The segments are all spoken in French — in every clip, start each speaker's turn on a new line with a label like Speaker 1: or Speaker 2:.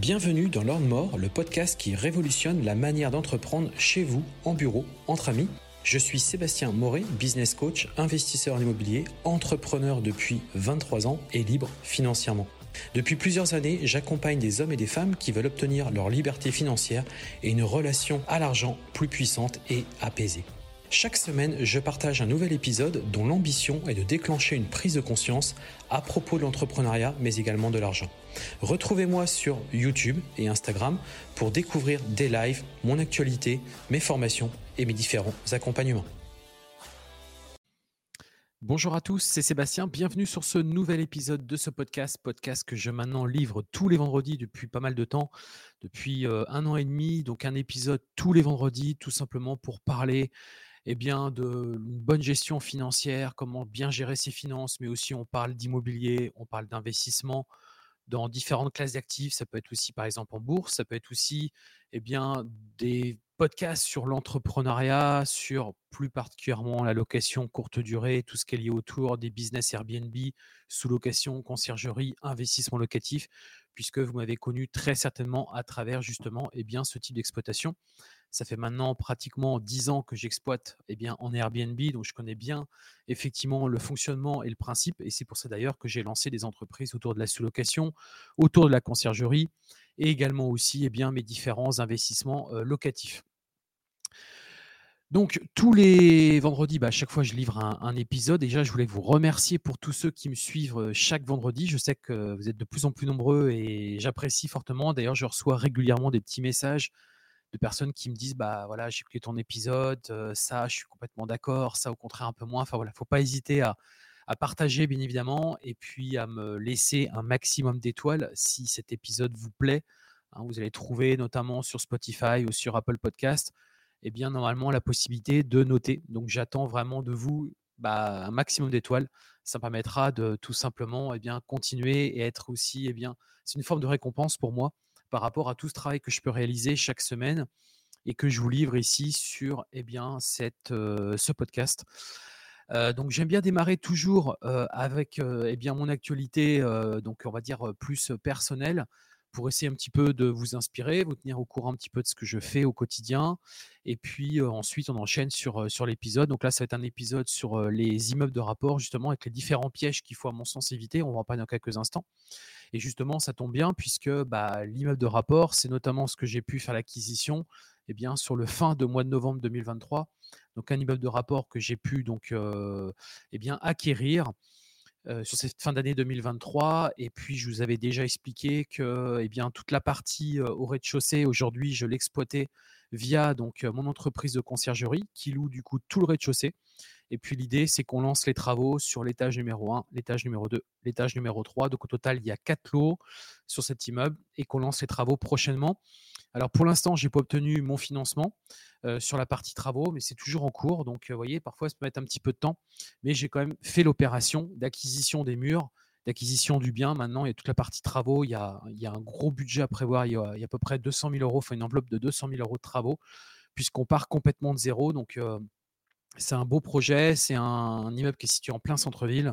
Speaker 1: Bienvenue dans l'Ordre Mort, le podcast qui révolutionne la manière d'entreprendre chez vous, en bureau, entre amis. Je suis Sébastien Moret, business coach, investisseur en immobilier, entrepreneur depuis 23 ans et libre financièrement. Depuis plusieurs années, j'accompagne des hommes et des femmes qui veulent obtenir leur liberté financière et une relation à l'argent plus puissante et apaisée. Chaque semaine, je partage un nouvel épisode dont l'ambition est de déclencher une prise de conscience à propos de l'entrepreneuriat, mais également de l'argent. Retrouvez-moi sur YouTube et Instagram pour découvrir des lives, mon actualité, mes formations et mes différents accompagnements. Bonjour à tous, c'est Sébastien, bienvenue sur ce nouvel épisode de ce podcast que je maintenant livre tous les vendredis depuis pas mal de temps, depuis 1 an et demi, donc un épisode tous les vendredis, tout simplement pour parler d'une bonne gestion financière, comment bien gérer ses finances, mais aussi on parle d'immobilier, on parle d'investissement dans différentes classes d'actifs. Ça peut être aussi, par exemple, en bourse. Ça peut être aussi des podcasts sur l'entrepreneuriat, sur plus particulièrement la location courte durée, tout ce qui est lié autour des business Airbnb, sous-location, conciergerie, investissement locatif, puisque vous m'avez connu très certainement à travers justement ce type d'exploitation. Ça fait maintenant pratiquement 10 ans que j'exploite en Airbnb, donc je connais bien effectivement le fonctionnement et le principe. Et c'est pour ça d'ailleurs que j'ai lancé des entreprises autour de la sous-location, autour de la conciergerie et également aussi mes différents investissements locatifs. Donc tous les vendredis, à chaque fois je livre un épisode. Déjà, je voulais vous remercier pour tous ceux qui me suivent chaque vendredi. Je sais que vous êtes de plus en plus nombreux et j'apprécie fortement. D'ailleurs, je reçois régulièrement des petits messages de personnes qui me disent voilà, j'ai écouté ton épisode, ça je suis complètement d'accord, ça au contraire un peu moins. Enfin voilà, faut pas hésiter à partager bien évidemment et puis à me laisser un maximum d'étoiles si cet épisode vous plaît. Vous allez trouver notamment sur Spotify ou sur Apple Podcast normalement la possibilité de noter. Donc j'attends vraiment de vous un maximum d'étoiles. Ça me permettra de tout simplement continuer et être aussi c'est une forme de récompense pour moi par rapport à tout ce travail que je peux réaliser chaque semaine et que je vous livre ici sur ce podcast. Donc j'aime bien démarrer toujours avec mon actualité, donc on va dire plus personnelle, pour essayer un petit peu de vous inspirer, vous tenir au courant un petit peu de ce que je fais au quotidien. Et puis ensuite, on enchaîne sur l'épisode. Donc là, ça va être un épisode sur les immeubles de rapport, justement, avec les différents pièges qu'il faut, à mon sens, éviter. On va en parler dans quelques instants. Et justement, ça tombe bien puisque l'immeuble de rapport, c'est notamment ce que j'ai pu faire l'acquisition sur le fin de mois de novembre 2023. Donc un immeuble de rapport que j'ai pu acquérir sur cette fin d'année 2023. Et puis, je vous avais déjà expliqué que toute la partie au rez-de-chaussée, aujourd'hui, je l'exploitais via mon entreprise de conciergerie qui loue du coup tout le rez-de-chaussée. Et puis l'idée, c'est qu'on lance les travaux sur l'étage numéro 1, l'étage numéro 2, l'étage numéro 3. Donc au total, il y a 4 lots sur cet immeuble et qu'on lance les travaux prochainement. Alors pour l'instant, je n'ai pas obtenu mon financement sur la partie travaux, mais c'est toujours en cours. Donc vous voyez, parfois, ça peut mettre un petit peu de temps. Mais j'ai quand même fait l'opération d'acquisition des murs, d'acquisition du bien. Maintenant, il y a toute la partie travaux. Il y a un gros budget à prévoir. Il y a à peu près 200 000 euros, enfin une enveloppe de 200 000 euros de travaux, puisqu'on part complètement de zéro. Donc c'est un beau projet, c'est un immeuble qui est situé en plein centre-ville,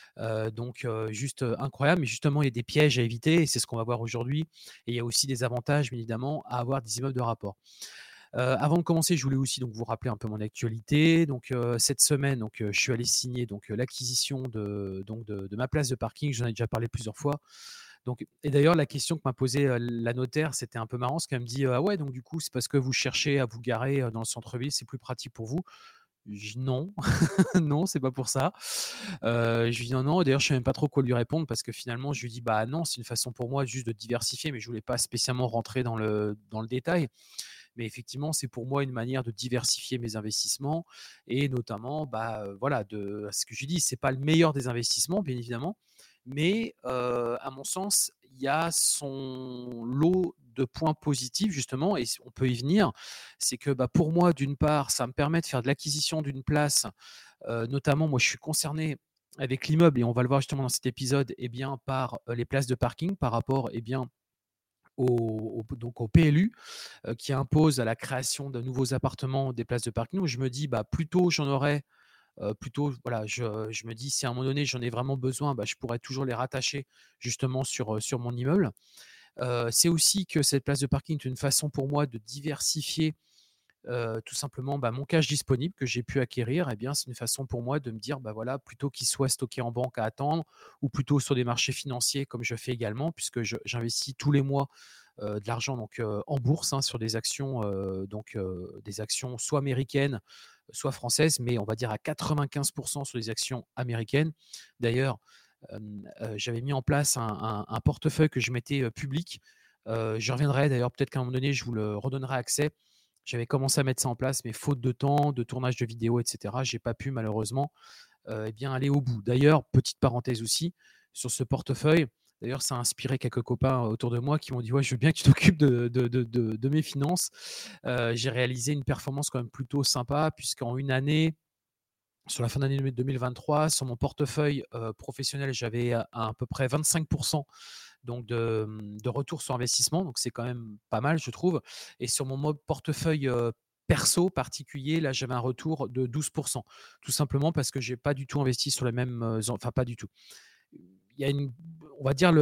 Speaker 1: juste incroyable. Mais justement, il y a des pièges à éviter et c'est ce qu'on va voir aujourd'hui. Et il y a aussi des avantages, bien évidemment, à avoir des immeubles de rapport. Avant de commencer, je voulais aussi vous rappeler un peu mon actualité. Donc cette semaine, je suis allé signer l'acquisition de ma place de parking. J'en ai déjà parlé plusieurs fois. Et d'ailleurs, la question que m'a posée la notaire, c'était un peu marrant, parce qu'elle me dit: ah ouais, donc du coup, c'est parce que vous cherchez à vous garer dans le centre-ville, c'est plus pratique pour vous? Je dis: «Non, non, c'est pas pour ça». Je lui dis: «Non, non», et d'ailleurs, je sais même pas trop quoi lui répondre parce que finalement, je lui dis: «Bah non, c'est une façon pour moi juste de diversifier», mais je voulais pas spécialement rentrer dans le détail. Mais effectivement, c'est pour moi une manière de diversifier mes investissements et notamment, voilà, ce que je lui dis, c'est pas le meilleur des investissements, bien évidemment, mais à mon sens, il y a son lot de points positifs justement et on peut y venir. C'est que, pour moi, d'une part, ça me permet de faire de l'acquisition d'une place, notamment moi je suis concerné avec l'immeuble et on va le voir justement dans cet épisode, par, les places de parking par rapport, au PLU, qui impose à la création de nouveaux appartements des places de parking. Où je me dis, plutôt j'en aurais, plutôt voilà, je me dis si à un moment donné j'en ai vraiment besoin, je pourrais toujours les rattacher justement sur mon immeuble. C'est aussi que cette place de parking est une façon pour moi de diversifier, tout simplement, mon cash disponible que j'ai pu acquérir. Et bien, c'est une façon pour moi de me dire: «Bah, voilà, plutôt qu'il soit stocké en banque à attendre ou plutôt sur des marchés financiers comme je fais également», puisque je j'investis tous les mois, de l'argent donc, en bourse, hein, sur des actions, des actions soit américaines, soit françaises, mais on va dire à 95 sur des actions américaines. D'ailleurs, j'avais mis en place un portefeuille que je mettais, public. J'y reviendrai d'ailleurs, peut-être qu'à un moment donné, je vous le redonnerai accès. J'avais commencé à mettre ça en place, mais faute de temps, de tournage de vidéos et cetera, j'ai pas pu malheureusement, bien aller au bout. D'ailleurs, petite parenthèse aussi, sur ce portefeuille, d'ailleurs ça a inspiré quelques copains autour de moi qui m'ont dit: «Ouais, je veux bien que tu t'occupes de mes finances». J'ai réalisé une performance quand même plutôt sympa puisqu'en une année, sur la fin d'année 2023, sur mon portefeuille, professionnel, j'avais à peu près 25 donc de retour sur investissement, donc c'est quand même pas mal, je trouve. Et sur mon mode portefeuille, perso particulier, là, j'avais un retour de 12. Tout simplement parce que j'ai pas du tout investi sur les mêmes, enfin pas du tout. Il y a une On va dire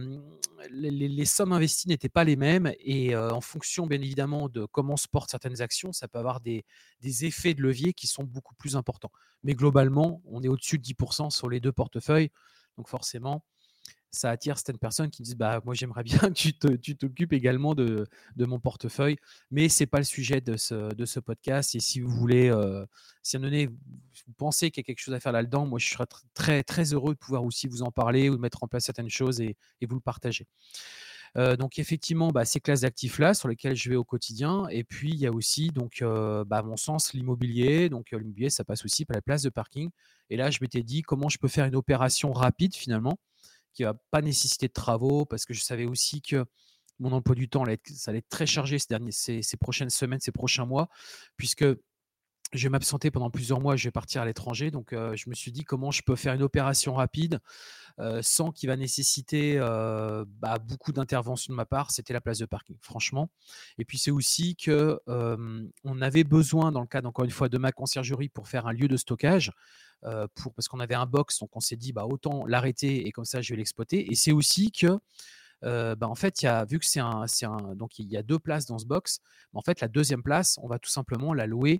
Speaker 1: les sommes investies n'étaient pas les mêmes et en fonction bien évidemment de comment se portent certaines actions, ça peut avoir des effets de levier qui sont beaucoup plus importants. Mais globalement, on est au-dessus de 10 sur les 2 portefeuilles, donc forcément ça attire certaines personnes qui disent: «Bah, moi, j'aimerais bien que tu t'occupes également de mon portefeuille», mais c'est pas le sujet de ce podcast. Et si vous voulez, si à un moment donné, vous pensez qu'il y a quelque chose à faire là-dedans, moi, je serais très, très heureux de pouvoir aussi vous en parler ou de mettre en place certaines choses et vous le partager. Donc effectivement, ces classes d'actifs-là sur lesquelles je vais au quotidien. Et puis il y a aussi donc, à mon sens, l'immobilier. Donc, l'immobilier, ça passe aussi par la place de parking. Et là, je m'étais dit: «Comment je peux faire une opération rapide finalement?» qui va pas nécessiter de travaux, parce que je savais aussi que mon emploi du temps ça allait être très chargé ces prochaines semaines, ces prochains mois, puisque je vais m'absenter pendant plusieurs mois, je vais partir à l'étranger. Donc, je me suis dit: «Comment je peux faire une opération rapide, sans qu'il va nécessiter, beaucoup d'intervention de ma part?» C'était la place de parking, franchement. Et puis c'est aussi que, on avait besoin dans le cadre, encore une fois, de ma conciergerie pour faire un lieu de stockage, parce qu'on avait un box, donc on s'est dit: «Bah, autant l'arrêter et comme ça je vais l'exploiter». Et c'est aussi que, en fait, vu que donc il y a 2 places dans ce box, en fait la deuxième place, on va tout simplement la louer,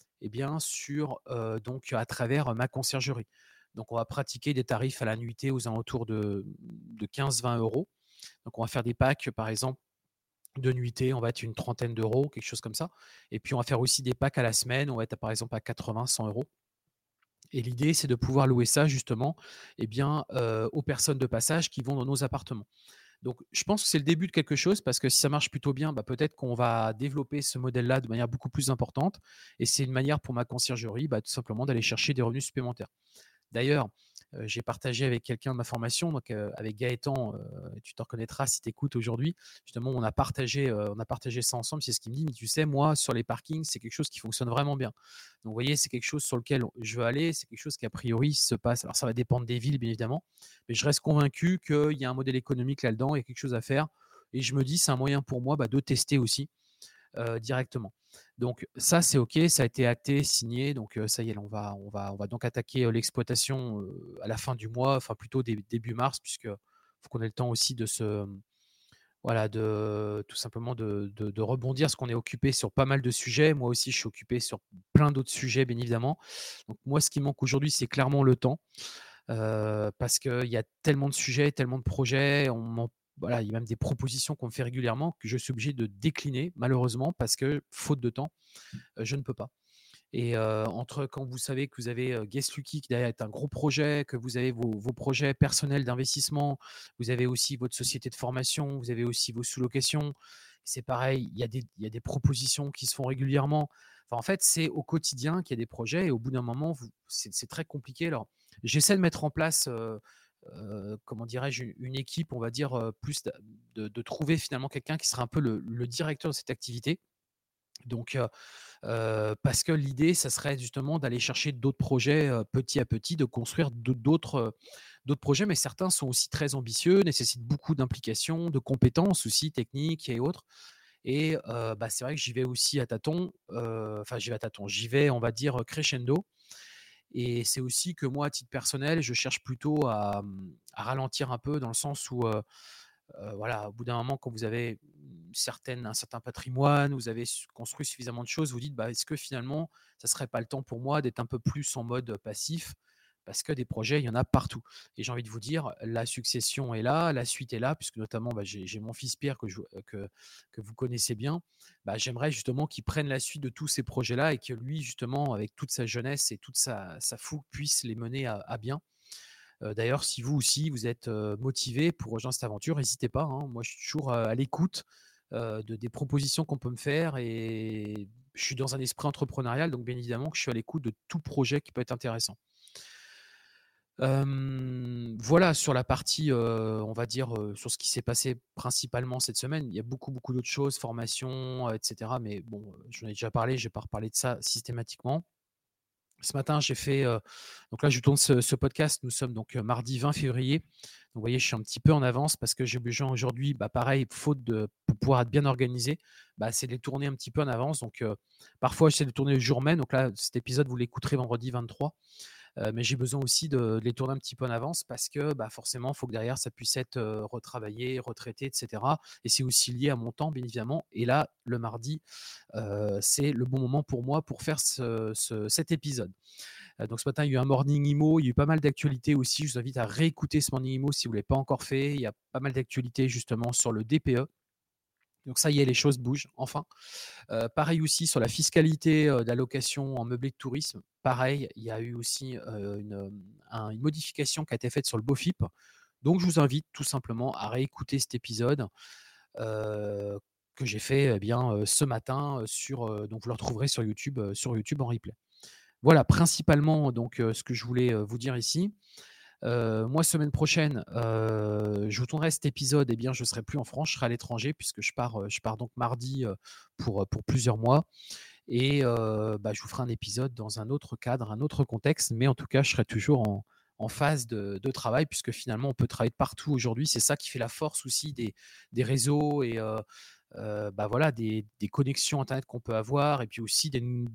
Speaker 1: donc à travers ma conciergerie. Donc on va pratiquer des tarifs à la nuitée aux alentours de 15-20 €. Donc on va faire des packs, par exemple, de nuitée, on va être une trentaine d'euros, quelque chose comme ça. Et puis on va faire aussi des packs à la semaine, on va être par exemple à 80-100 €. Et l'idée, c'est de pouvoir louer ça justement, aux personnes de passage qui vont dans nos appartements. Donc je pense que c'est le début de quelque chose, parce que si ça marche plutôt bien, peut-être qu'on va développer ce modèle-là de manière beaucoup plus importante. Et c'est une manière pour ma conciergerie, tout simplement d'aller chercher des revenus supplémentaires. D'ailleurs, j'ai partagé avec quelqu'un de ma formation, donc, avec Gaëtan, tu te reconnaîtras si tu écoutes aujourd'hui. Justement, on a partagé ça ensemble. C'est ce qu'il me dit: «Mais tu sais, moi, sur les parkings, c'est quelque chose qui fonctionne vraiment bien». Donc vous voyez, c'est quelque chose sur lequel je veux aller, c'est quelque chose qui a priori se passe, alors ça va dépendre des villes bien évidemment, mais je reste convaincu qu'il y a un modèle économique là-dedans, il y a quelque chose à faire. Et je me dis: «C'est un moyen pour moi, de tester aussi, directement». Donc ça, c'est OK, ça a été acté, signé. Donc, ça y est, on va donc attaquer, l'exploitation, à la fin du mois, enfin plutôt début mars, puisque faut qu'on ait le temps aussi de se, voilà, de tout simplement de rebondir, parce qu'on est occupé sur pas mal de sujets. Moi aussi, je suis occupé sur plein d'autres sujets, bien évidemment. Donc moi, ce qui me manque aujourd'hui, c'est clairement le temps. Parce qu'il y a tellement de sujets, tellement de projets, voilà, il y a même des propositions qu'on me fait régulièrement que je suis obligé de décliner malheureusement, parce que faute de temps, je ne peux pas. Et entre quand vous savez que vous avez, Guest Lucky qui derrière est un gros projet, que vous avez vos projets personnels d'investissement, vous avez aussi votre société de formation, vous avez aussi vos sous-locations. C'est pareil, il y a des propositions qui se font régulièrement. Enfin, en fait, c'est au quotidien qu'il y a des projets, et au bout d'un moment, c'est très compliqué. Alors, j'essaie de mettre en place, comment dirais-je? Une équipe, on va dire, plus de trouver finalement quelqu'un qui sera un peu le directeur de cette activité. Donc, parce que l'idée, ça serait justement d'aller chercher d'autres projets, petit à petit, de construire d'autres projets. Mais certains sont aussi très ambitieux, nécessitent beaucoup d'implication, de compétences aussi techniques et autres. Et c'est vrai que j'y vais aussi à tâtons, enfin j'y vais à tâtons, j'y vais, on va dire, crescendo. Et c'est aussi que moi, à titre personnel, je cherche plutôt à ralentir un peu, dans le sens où, Voilà, au bout d'un moment, quand vous avez un certain patrimoine, vous avez construit suffisamment de choses, vous dites, bah, est-ce que finalement, ça serait pas le temps pour moi d'être un peu plus en mode passif? Parce que des projets, il y en a partout. Et j'ai envie de vous dire, la succession est là, la suite est là, puisque notamment, bah, j'ai mon fils Pierre que vous connaissez bien. Bah, j'aimerais justement qu'il prenne la suite de tous ces projets-là et que lui, justement, avec toute sa jeunesse et toute sa fougue, puisse les mener à bien. D'ailleurs, si vous aussi, vous êtes, motivé pour rejoindre cette aventure, n'hésitez pas, hein. Moi, je suis toujours, à l'écoute, des propositions qu'on peut me faire et je suis dans un esprit entrepreneurial, donc bien évidemment que je suis à l'écoute de tout projet qui peut être intéressant. Voilà sur la partie, on va dire, sur ce qui s'est passé principalement cette semaine. Il y a beaucoup, beaucoup d'autres choses, formation, et cetera, mais bon, j'en ai déjà parlé, je ne vais pas reparler de ça systématiquement. Ce matin, j'ai fait, donc là, je tourne ce podcast, nous sommes donc, mardi 20 février. Donc vous voyez, je suis un petit peu en avance parce que j'ai besoin aujourd'hui, bah, pareil, faute de pour pouvoir être bien organisé, bah, c'est de les tourner un petit peu en avance. Donc, parfois, j'essaie de tourner le jour même. Donc là, cet épisode, vous l'écouterez vendredi 23. Mais j'ai besoin aussi de les tourner un petit peu en avance parce que, bah, forcément, il faut que derrière ça puisse être, retravaillé, retraité et cetera, et c'est aussi lié à mon temps, bien évidemment. Et là, le mardi, c'est le bon moment pour moi pour faire cet épisode. Donc ce matin, il y a eu un morning IMO, il y a eu pas mal d'actualités aussi. Je vous invite à réécouter ce morning IMO si vous ne l'avez pas encore fait. Il y a pas mal d'actualités justement sur le DPE. Donc ça y est, les choses bougent, enfin. Pareil aussi sur la fiscalité, d'allocation en meublé de tourisme. Pareil, il y a eu aussi, une modification qui a été faite sur le BOFIP. Donc je vous invite tout simplement à réécouter cet épisode, heu, que j'ai fait, eh bien, ce matin, donc vous le retrouverez sur YouTube en replay. Voilà principalement donc, ce que je voulais, vous dire ici. Moi semaine prochaine, je vous tournerai cet épisode, eh bien, je ne serai plus en France, je serai à l'étranger puisque je pars donc mardi, pour plusieurs mois et bah, je vous ferai un épisode dans un autre cadre, un autre contexte, mais en tout cas, je serai toujours en phase de travail puisque finalement on peut travailler de partout aujourd'hui. C'est ça qui fait la force aussi des réseaux et bah, voilà, des connexions internet qu'on peut avoir et puis aussi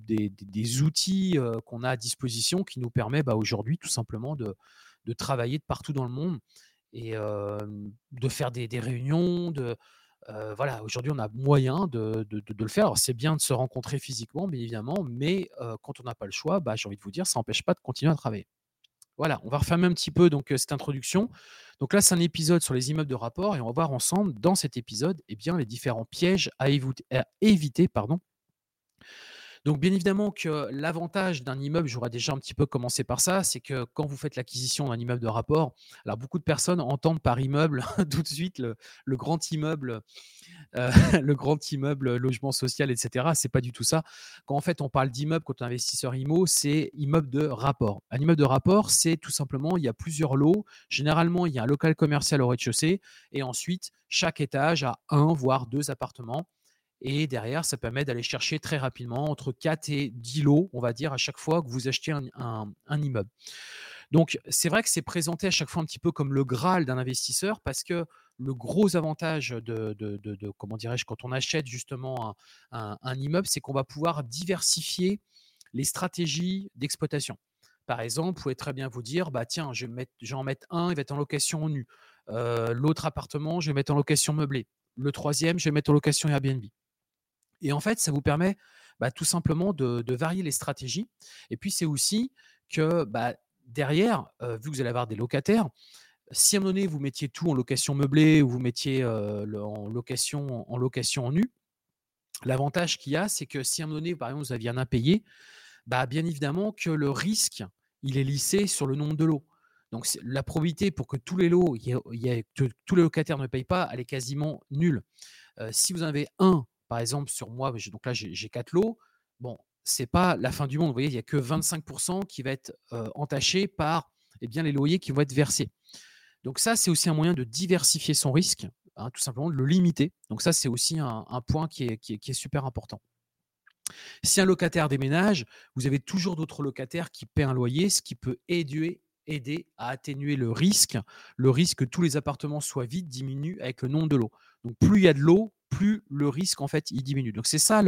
Speaker 1: des outils, qu'on a à disposition qui nous permet, bah, aujourd'hui tout simplement de travailler de partout dans le monde et de faire des réunions, voilà, aujourd'hui on a moyen de le faire. Alors c'est bien de se rencontrer physiquement, bien évidemment, mais quand on n'a pas le choix, bah, j'ai envie de vous dire, ça n'empêche pas de continuer à travailler. Voilà, on va refermer un petit peu donc, cette introduction. Donc là, c'est un épisode sur les immeubles de rapport et on va voir ensemble dans cet épisode, eh bien, les différents pièges à éviter, pardon. Donc bien évidemment que l'avantage d'un immeuble, j'aurais déjà un petit peu commencé par ça, c'est que quand vous faites l'acquisition d'un immeuble de rapport, alors beaucoup de personnes entendent par immeuble tout de suite le grand immeuble, heu, le grand immeuble, logement social et cetera. C'est pas du tout ça. Quand en fait on parle d'immeuble, quand on est investisseur IMO, c'est immeuble de rapport. Un immeuble de rapport, c'est tout simplement, il y a plusieurs lots. Généralement, il y a un local commercial au rez-de-chaussée et ensuite chaque étage a un voire 2 appartements et derrière, ça permet d'aller chercher très rapidement entre 4 et 10 lots, on va dire, à chaque fois que vous achetez un immeuble. Donc, c'est vrai que c'est présenté à chaque fois un petit peu comme le Graal d'un investisseur parce que le gros avantage comment dirais-je, quand on achète justement un immeuble, c'est qu'on va pouvoir diversifier les stratégies d'exploitation. Par exemple, vous pouvez très bien vous dire, bah tiens, je vais en mettre un, il va être en location nue. L'autre appartement, je vais mettre en location meublée. Le troisième, je vais mettre en location Airbnb. Et en fait, ça vous permet, bah, tout simplement de varier les stratégies et puis c'est aussi que, bah, derrière, vu que vous allez avoir des locataires, si à un moment donné vous mettiez tout en location meublée ou vous mettiez, en location en nue, l'avantage qu'il y a, c'est que si à un moment donné, par exemple, vous aviez un impayé, bah, bien évidemment que le risque, il est lissé sur le nombre de lots. Donc c'est la probabilité pour que tous les lots, il y ait que tous les locataires ne payent pas, elle est quasiment nulle. Si vous en avez un, par exemple, sur moi, donc là, j'ai 4 lots. Bon, c'est pas la fin du monde. Vous voyez, il y a que 25 qui va être entaché par eh bien, les loyers qui vont être versés. Donc ça, c'est aussi un moyen de diversifier son risque, hein, tout simplement de le limiter. Donc ça, c'est aussi un point qui est super important. Si un locataire déménage, vous avez toujours d'autres locataires qui paient un loyer, ce qui peut aider à atténuer le risque que tous les appartements soient vides diminue avec le nombre de lots. Donc plus il y a de lots, plus le risque en fait il diminue. Donc c'est ça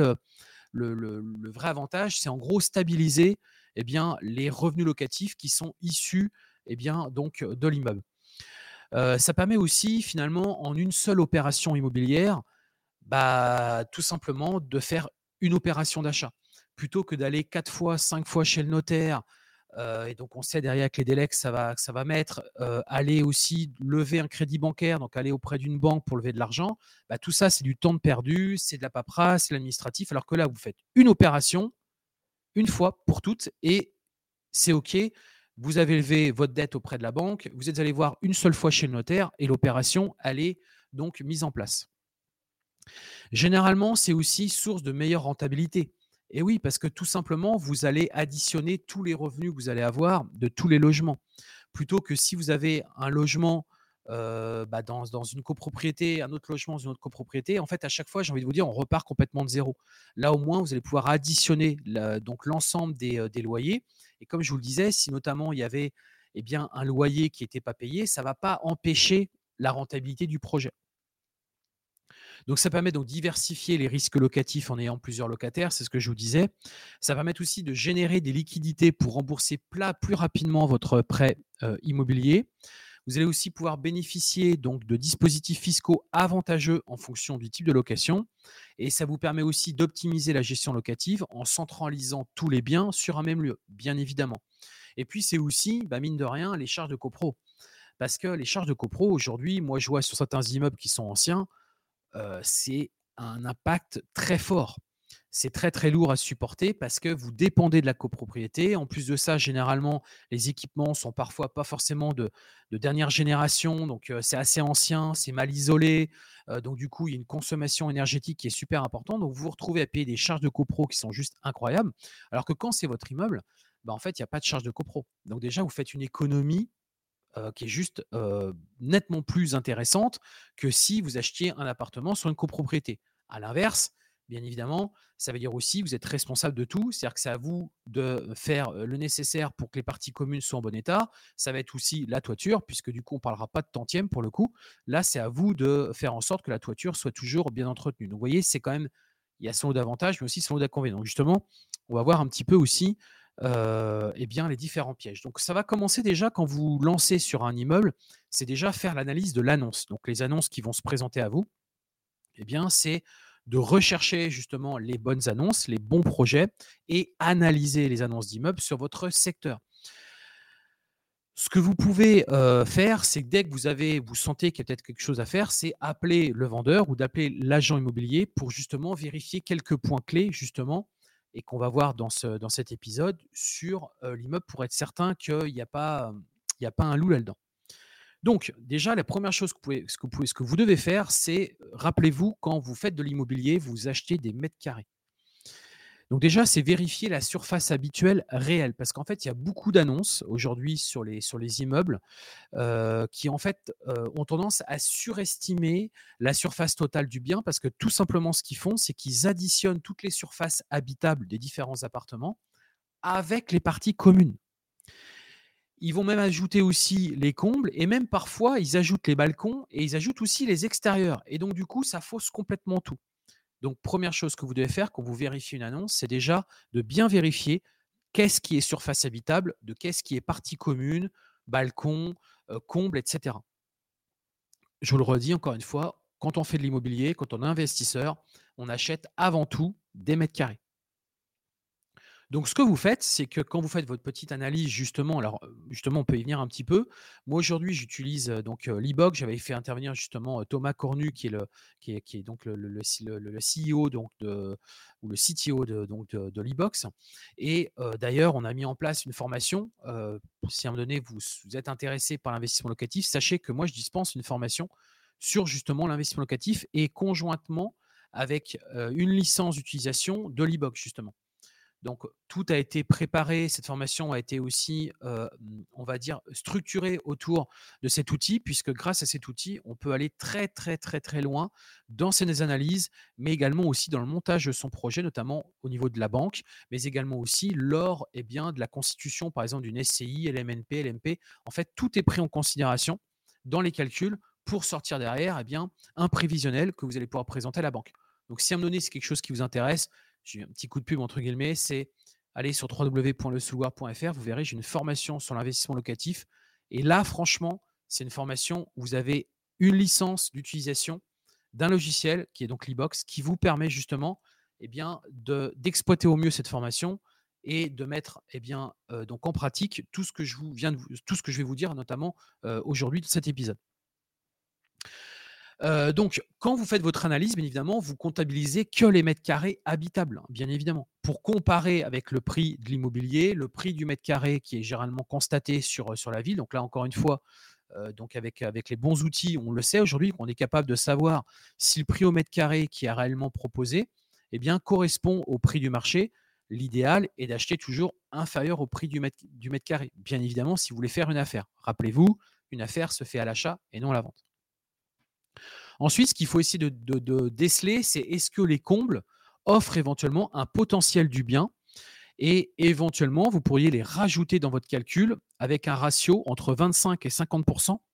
Speaker 1: le vrai avantage, c'est en gros stabiliser eh bien, les revenus locatifs qui sont issus eh bien, donc, de l'immeuble. Ça permet aussi finalement en une seule opération immobilière, bah, tout simplement de faire une opération d'achat. Plutôt que d'aller 4 fois, 5 fois chez le notaire, et donc on sait derrière avec les délais que ça va mettre, aller aussi lever un crédit bancaire, donc aller auprès d'une banque pour lever de l'argent, bah, tout ça, c'est du temps de perdu, c'est de la paperasse, c'est l'administratif. Alors que là, vous faites une opération, une fois pour toutes et c'est OK. Vous avez levé votre dette auprès de la banque, vous êtes allé voir une seule fois chez le notaire et l'opération, elle est donc mise en place. Généralement, c'est aussi source de meilleure rentabilité. Et oui, parce que tout simplement, vous allez additionner tous les revenus que vous allez avoir de tous les logements. Plutôt que si vous avez un logement bah, dans une copropriété, un autre logement dans une autre copropriété, en fait, à chaque fois, j'ai envie de vous dire, on repart complètement de zéro. Là, au moins, vous allez pouvoir additionner donc l'ensemble des loyers. Et comme je vous le disais, si notamment il y avait eh bien, un loyer qui n'était pas payé, ça ne va pas empêcher la rentabilité du projet. Donc ça permet donc diversifier les risques locatifs en ayant plusieurs locataires, c'est ce que je vous disais. Ça va permettre aussi de générer des liquidités pour rembourser plus rapidement votre prêt immobilier. Vous allez aussi pouvoir bénéficier donc de dispositifs fiscaux avantageux en fonction du type de location. Et ça vous permet aussi d'optimiser la gestion locative en centralisant tous les biens sur un même lieu, bien évidemment. Et puis c'est aussi, bah, mine de rien, les charges de copro. Parce que les charges de copro, aujourd'hui, moi je vois sur certains immeubles qui sont anciens, c'est un impact très fort. C'est très, très lourd à supporter parce que vous dépendez de la copropriété. En plus de ça, généralement, les équipements sont parfois pas forcément de dernière génération, donc c'est assez ancien, c'est mal isolé, donc du coup, il y a une consommation énergétique qui est super importante. Donc vous vous retrouvez à payer des charges de copro qui sont juste incroyables, alors que quand c'est votre immeuble, bah, en fait, il y a pas de charge de copro. Donc déjà, vous faites une économie qui est juste, nettement plus intéressante que si vous achetiez un appartement sur une copropriété. À l'inverse, bien évidemment, ça veut dire aussi vous êtes responsable de tout. C'est-à-dire que c'est à vous de faire, le nécessaire pour que les parties communes soient en bon état. Ça va être aussi la toiture puisque du coup on ne parlera pas de tantième pour le coup. Là, c'est à vous de faire en sorte que la toiture soit toujours bien entretenue. Donc vous voyez, c'est quand même il y a son lot d'avantages, mais aussi son lot d'inconvénients. Donc justement, on va voir un petit peu aussi eh bien, les différents pièges. Donc, ça va commencer déjà quand vous lancez sur un immeuble, c'est déjà faire l'analyse de l'annonce. Donc, les annonces qui vont se présenter à vous, eh bien, c'est de rechercher justement les bonnes annonces, les bons projets et analyser les annonces d'immeubles sur votre secteur. Ce que vous pouvez faire, c'est que dès que vous sentez qu'il y a peut-être quelque chose à faire, c'est appeler le vendeur ou d'appeler l'agent immobilier pour justement vérifier quelques points clés justement et qu'on va voir dans cet épisode sur, l'immeuble pour être certain qu'il n'y a pas, il y a pas un loup là-dedans. Donc déjà, la première chose ce que vous devez faire, c'est, rappelez-vous quand vous faites de l'immobilier, vous achetez des mètres carrés. Donc déjà, c'est vérifier la surface habituelle réelle parce qu'en fait, il y a beaucoup d'annonces aujourd'hui sur les immeubles, qui en fait, ont tendance à surestimer la surface totale du bien parce que tout simplement ce qu'ils font, c'est qu'ils additionnent toutes les surfaces habitables des différents appartements avec les parties communes. Ils vont même ajouter aussi les combles et même parfois ils ajoutent les balcons et ils ajoutent aussi les extérieurs et donc du coup, ça fausse complètement tout. Donc, première chose que vous devez faire quand vous vérifiez une annonce, c'est déjà de bien vérifier qu'est-ce qui est surface habitable, de qu'est-ce qui est partie commune, balcon, comble, etc. Je vous le redis encore une fois, quand on fait de l'immobilier, quand on est investisseur, on achète avant tout des mètres carrés. Donc, ce que vous faites, c'est que quand vous faites votre petite analyse, justement, alors justement, on peut y venir un petit peu. Moi, aujourd'hui, j'utilise donc l'e-book. J'avais fait intervenir justement Thomas Cornu, qui est donc le CEO donc ou le CTO de l'e-box. Et d'ailleurs, on a mis en place une formation. Si à un moment donné, vous êtes intéressé par l'investissement locatif, sachez que moi, je dispense une formation sur justement l'investissement locatif et conjointement avec une licence d'utilisation de l'e-book, justement. Donc, tout a été préparé. Cette formation a été aussi, on va dire, structurée autour de cet outil, puisque grâce à cet outil, on peut aller très, très, très, très loin dans ses analyses, mais également aussi dans le montage de son projet, notamment au niveau de la banque, mais également aussi lors de la constitution, par exemple, d'une SCI, LMNP, LMP. En fait, tout est pris en considération dans les calculs pour sortir derrière un prévisionnel que vous allez pouvoir présenter à la banque. Donc, si à un moment donné, c'est quelque chose qui vous intéresse, j'ai un petit coup de pub entre guillemets, c'est aller sur www.lesouloir.fr, vous verrez, j'ai une formation sur l'investissement locatif. Et là, franchement, C'est une formation où vous avez une licence d'utilisation d'un logiciel qui est donc l'e-box, qui vous permet justement d'exploiter au mieux cette formation et de mettre donc en pratique tout ce que tout ce que je vais vous dire, notamment aujourd'hui dans cet épisode. Donc, quand vous faites votre analyse, bien évidemment, vous comptabilisez que les mètres carrés habitables, hein, bien évidemment, pour comparer avec le prix de l'immobilier, le prix du mètre carré qui est généralement constaté sur la ville. Donc là, encore une fois, donc avec les bons outils, on le sait aujourd'hui, qu'on est capable de savoir si le prix au mètre carré qui est réellement proposé correspond au prix du marché. L'idéal est d'acheter toujours inférieur au prix du mètre carré, bien évidemment, si vous voulez faire une affaire. Rappelez-vous, une affaire se fait à l'achat et non à la vente. Ensuite, ce qu'il faut essayer de déceler, c'est est-ce que les combles offrent éventuellement un potentiel du bien et éventuellement, vous pourriez les rajouter dans votre calcul avec un ratio entre 25 et 50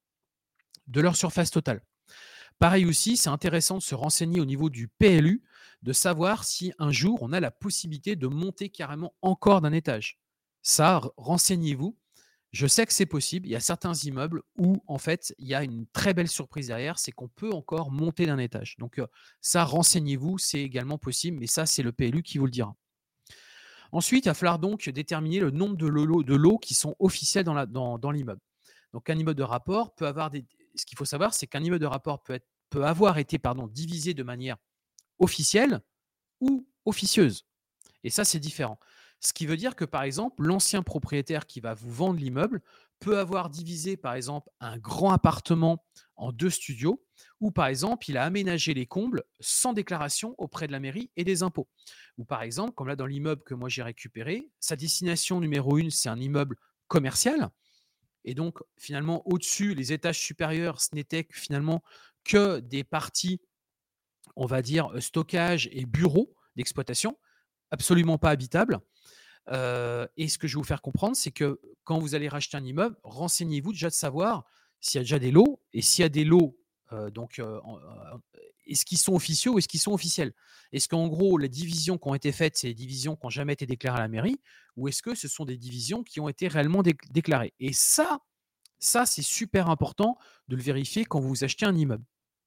Speaker 1: de leur surface totale. Pareil aussi, c'est intéressant de se renseigner au niveau du PLU, de savoir si un jour on a la possibilité de monter carrément encore d'un étage. Ça, renseignez-vous. Je sais que c'est possible. Il y a certains immeubles où, en fait, il y a une très belle surprise derrière, c'est qu'on peut encore monter d'un étage. Donc, ça, renseignez-vous, c'est également possible, mais ça, c'est le PLU qui vous le dira. Ensuite, il va falloir donc déterminer le nombre de lots qui sont officiels dans l'immeuble. Donc, un immeuble de rapport peut avoir des. Ce qu'il faut savoir, c'est qu'un immeuble de rapport peut avoir été divisé de manière officielle ou officieuse. Et ça, c'est différent. Ce qui veut dire que, par exemple, l'ancien propriétaire qui va vous vendre l'immeuble peut avoir divisé, par exemple, un grand appartement en 2 studios, ou par exemple, il a aménagé les combles sans déclaration auprès de la mairie et des impôts. Ou par exemple, comme là dans l'immeuble que moi j'ai récupéré, sa destination numéro 1, c'est un immeuble commercial. Et donc, finalement, au-dessus, les étages supérieurs, ce n'était finalement que des parties, on va dire, stockage et bureaux d'exploitation, absolument pas habitables. Et ce que je vais vous faire comprendre, c'est que quand vous allez racheter un immeuble, renseignez-vous déjà de savoir s'il y a déjà des lots et s'il y a des lots, est-ce qu'ils sont officieux ou est-ce qu'ils sont officiels? Est-ce qu'en gros, les divisions qui ont été faites, c'est des divisions qui n'ont jamais été déclarées à la mairie ou est-ce que ce sont des divisions qui ont été réellement déclarées? Et ça, c'est super important de le vérifier quand vous achetez un immeuble.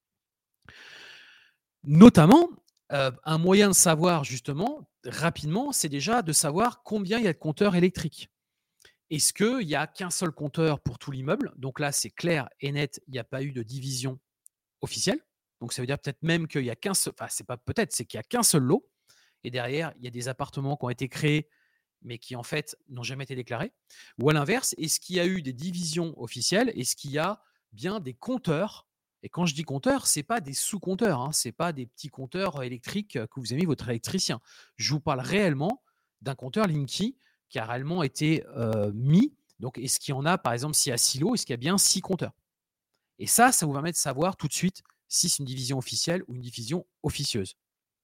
Speaker 1: Notamment, un moyen de savoir justement rapidement, c'est déjà de savoir combien il y a de compteurs électriques. Est-ce qu'il n'y a qu'un seul compteur pour tout l'immeuble? Donc là, c'est clair et net, il n'y a pas eu de division officielle. Donc ça veut dire peut-être même qu'il y a qu'un seul, enfin c'est pas peut-être, c'est qu'il y a qu'un seul lot. Et derrière, il y a des appartements qui ont été créés, mais qui en fait n'ont jamais été déclarés. Ou à l'inverse, est-ce qu'il y a eu des divisions officielles? Est-ce qu'il y a bien des compteurs? Et quand je dis compteurs, ce n'est pas des sous-compteurs, hein, ce n'est pas des petits compteurs électriques que vous avez mis votre électricien. Je vous parle réellement d'un compteur Linky qui a réellement été mis. Donc, est-ce qu'il y en a, par exemple, s'il y a 6 lots, est-ce qu'il y a bien 6 compteurs? Et ça vous permet de savoir tout de suite si c'est une division officielle ou une division officieuse.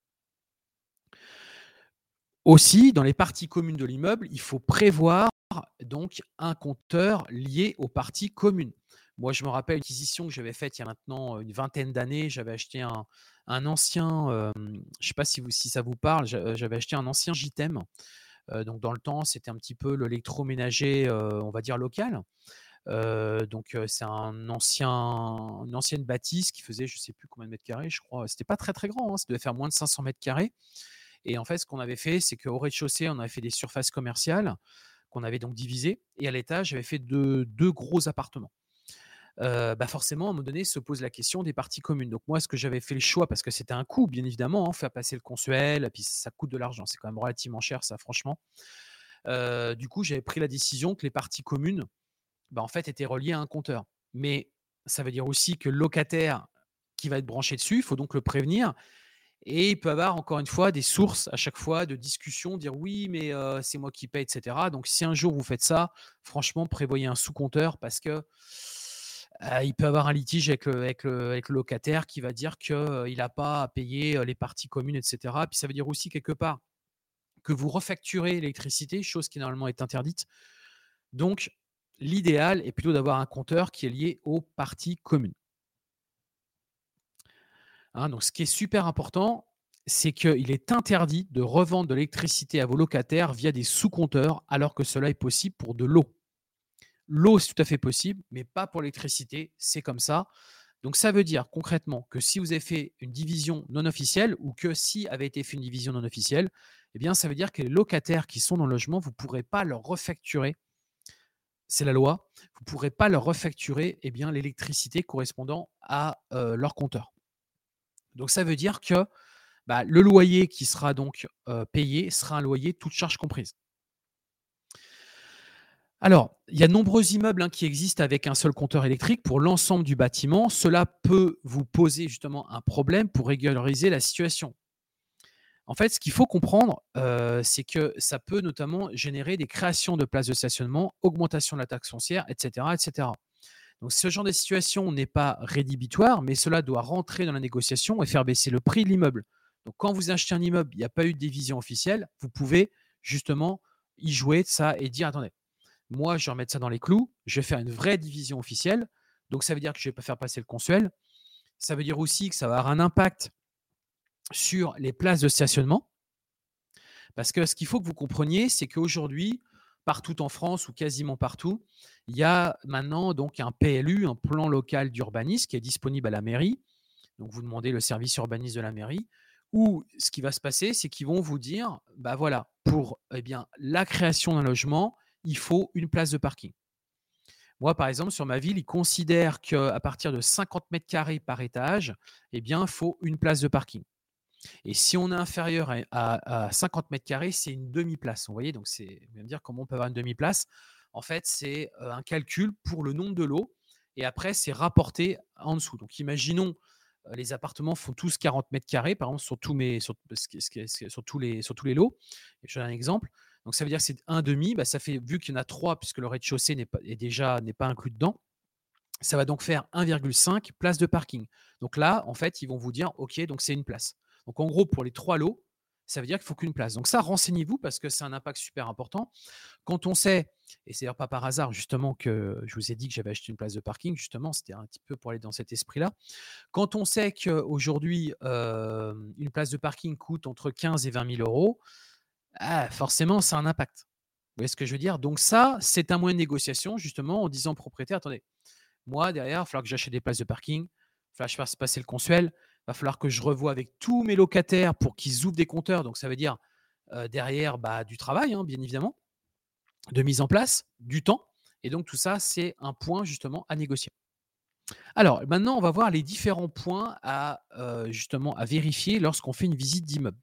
Speaker 1: Aussi, dans les parties communes de l'immeuble, il faut prévoir donc un compteur lié aux parties communes. Moi, je me rappelle une acquisition que j'avais faite il y a maintenant une vingtaine d'années. J'avais acheté un ancien, je ne sais pas si ça vous parle, j'avais acheté un ancien JTEM. Donc, dans le temps, c'était un petit peu l'électroménager, on va dire, local. C'est une ancienne bâtisse qui faisait, je ne sais plus combien de mètres carrés, je crois. C'était pas très, très grand, hein, ça devait faire moins de 500 mètres carrés. Et en fait, ce qu'on avait fait, c'est qu'au rez-de-chaussée, on avait fait des surfaces commerciales qu'on avait donc divisées. Et à l'étage, j'avais fait deux gros appartements. Forcément, à un moment donné, se pose la question des parties communes. Donc moi, ce que j'avais fait le choix, parce que c'était un coût, bien évidemment, hein, faire passer le consuel, et puis ça coûte de l'argent. C'est quand même relativement cher, ça, franchement. Du coup, j'avais pris la décision que les parties communes, en fait, étaient reliées à un compteur. Mais ça veut dire aussi que le locataire qui va être branché dessus, il faut donc le prévenir. Et il peut avoir encore une fois des sources à chaque fois de discussion, dire oui, mais c'est moi qui paye, etc. Donc si un jour vous faites ça, franchement, prévoyez un sous-compteur parce que il peut avoir un litige avec le locataire qui va dire qu'il n'a pas à payer les parties communes, etc. Puis ça veut dire aussi quelque part que vous refacturez l'électricité, chose qui normalement est interdite. Donc l'idéal est plutôt d'avoir un compteur qui est lié aux parties communes. Donc, ce qui est super important, c'est qu'il est interdit de revendre de l'électricité à vos locataires via des sous-compteurs, alors que cela est possible pour de l'eau. L'eau, c'est tout à fait possible, mais pas pour l'électricité, c'est comme ça. Donc ça veut dire concrètement que si vous avez fait une division non officielle ou que si avait été fait une division non officielle, eh bien ça veut dire que les locataires qui sont dans le logement, vous ne pourrez pas leur refacturer, c'est la loi, vous ne pourrez pas leur refacturer eh bien, l'électricité correspondant à leur compteur. Donc ça veut dire que bah, le loyer qui sera donc payé sera un loyer toutes charges comprises. Alors, il y a de nombreux immeubles qui existent avec un seul compteur électrique pour l'ensemble du bâtiment. Cela peut vous poser justement un problème pour régulariser la situation. En fait, ce qu'il faut comprendre, c'est que ça peut notamment générer des créations de places de stationnement, augmentation de la taxe foncière, et cetera, et cetera. Donc ce genre de situation n'est pas rédhibitoire, mais cela doit rentrer dans la négociation et faire baisser le prix de l'immeuble. Donc quand vous achetez un immeuble, il n'y a pas eu de division officielle, vous pouvez justement y jouer de ça et dire: «Attendez, moi, je vais remettre ça dans les clous, je vais faire une vraie division officielle». Donc ça veut dire que je ne vais pas faire passer le consuel. Ça veut dire aussi que ça va avoir un impact sur les places de stationnement. Parce que ce qu'il faut que vous compreniez, c'est qu'aujourd'hui, partout en France ou quasiment partout, il y a maintenant donc un PLU, un plan local d'urbanisme qui est disponible à la mairie. Donc vous demandez le service urbaniste de la mairie, où ce qui va se passer, c'est qu'ils vont vous dire: bah voilà, pour eh bien, la création d'un logement, il faut une place de parking. Moi, par exemple, sur ma ville, ils considèrent qu'à partir de 50 mètres carrés par étage, eh bien, il faut une place de parking. Et si on est inférieur à 50 mètres carrés, c'est une demi-place. Vous voyez, donc vous allez me dire comment on peut avoir une demi-place. En fait, c'est un calcul pour le nombre de lots et après, c'est rapporté en dessous. Donc, imaginons, les appartements font tous 40 mètres carrés, par exemple, sur tous les lots. Et je donne un exemple. Donc, ça veut dire que c'est un demi. Bah, ça fait, vu qu'il y en a trois, puisque le rez-de-chaussée n'est pas inclus dedans, ça va donc faire 1,5 place de parking. Donc là, en fait, ils vont vous dire: OK, donc c'est une place. Donc en gros, pour les 3 lots, ça veut dire qu'il faut qu'une place. Donc ça, renseignez-vous parce que c'est un impact super important. Quand on sait, et c'est d'ailleurs pas par hasard justement que je vous ai dit que j'avais acheté une place de parking, justement, c'était un petit peu pour aller dans cet esprit-là. Quand on sait qu'aujourd'hui, une place de parking coûte entre 15 et 20 000 €, forcément, ça a un impact. Vous voyez ce que je veux dire? Donc ça, c'est un moyen de négociation justement en disant au propriétaire: «Attendez, moi, derrière, il va falloir que j'achète des places de parking, il va falloir que je fasse passer le consuel, il va falloir que je revoie avec tous mes locataires pour qu'ils ouvrent des compteurs. Donc, ça veut dire derrière bah, du travail, bien évidemment, de mise en place, du temps. Et donc, tout ça, c'est un point justement à négocier. Alors, maintenant, on va voir les différents points à justement à vérifier lorsqu'on fait une visite d'immeuble.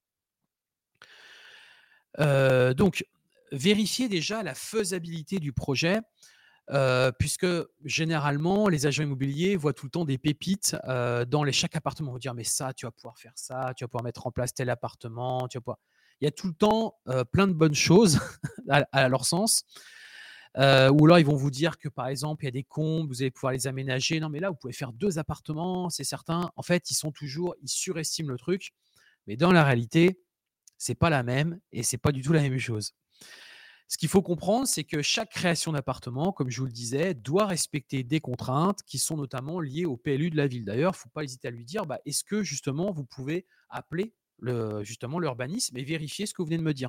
Speaker 1: Donc, vérifier déjà la faisabilité du projet. Puisque généralement, les agents immobiliers voient tout le temps des pépites, dans chaque appartement. Ils vont dire: «Mais ça, tu vas pouvoir faire ça, tu vas pouvoir mettre en place tel appartement, tu vas pouvoir». Il y a tout le temps, plein de bonnes choses à leur sens. Ou alors ils vont vous dire que, par exemple, il y a des combles, vous allez pouvoir les aménager. Non, mais là, vous pouvez faire 2 appartements, c'est certain. En fait, ils surestiment le truc, mais dans la réalité, c'est pas la même et c'est pas du tout la même chose. Ce qu'il faut comprendre, c'est que chaque création d'appartement, comme je vous le disais, doit respecter des contraintes qui sont notamment liées au PLU de la ville. D'ailleurs, il ne faut pas hésiter à lui dire: bah, est-ce que justement vous pouvez appeler justement l'urbanisme et vérifier ce que vous venez de me dire.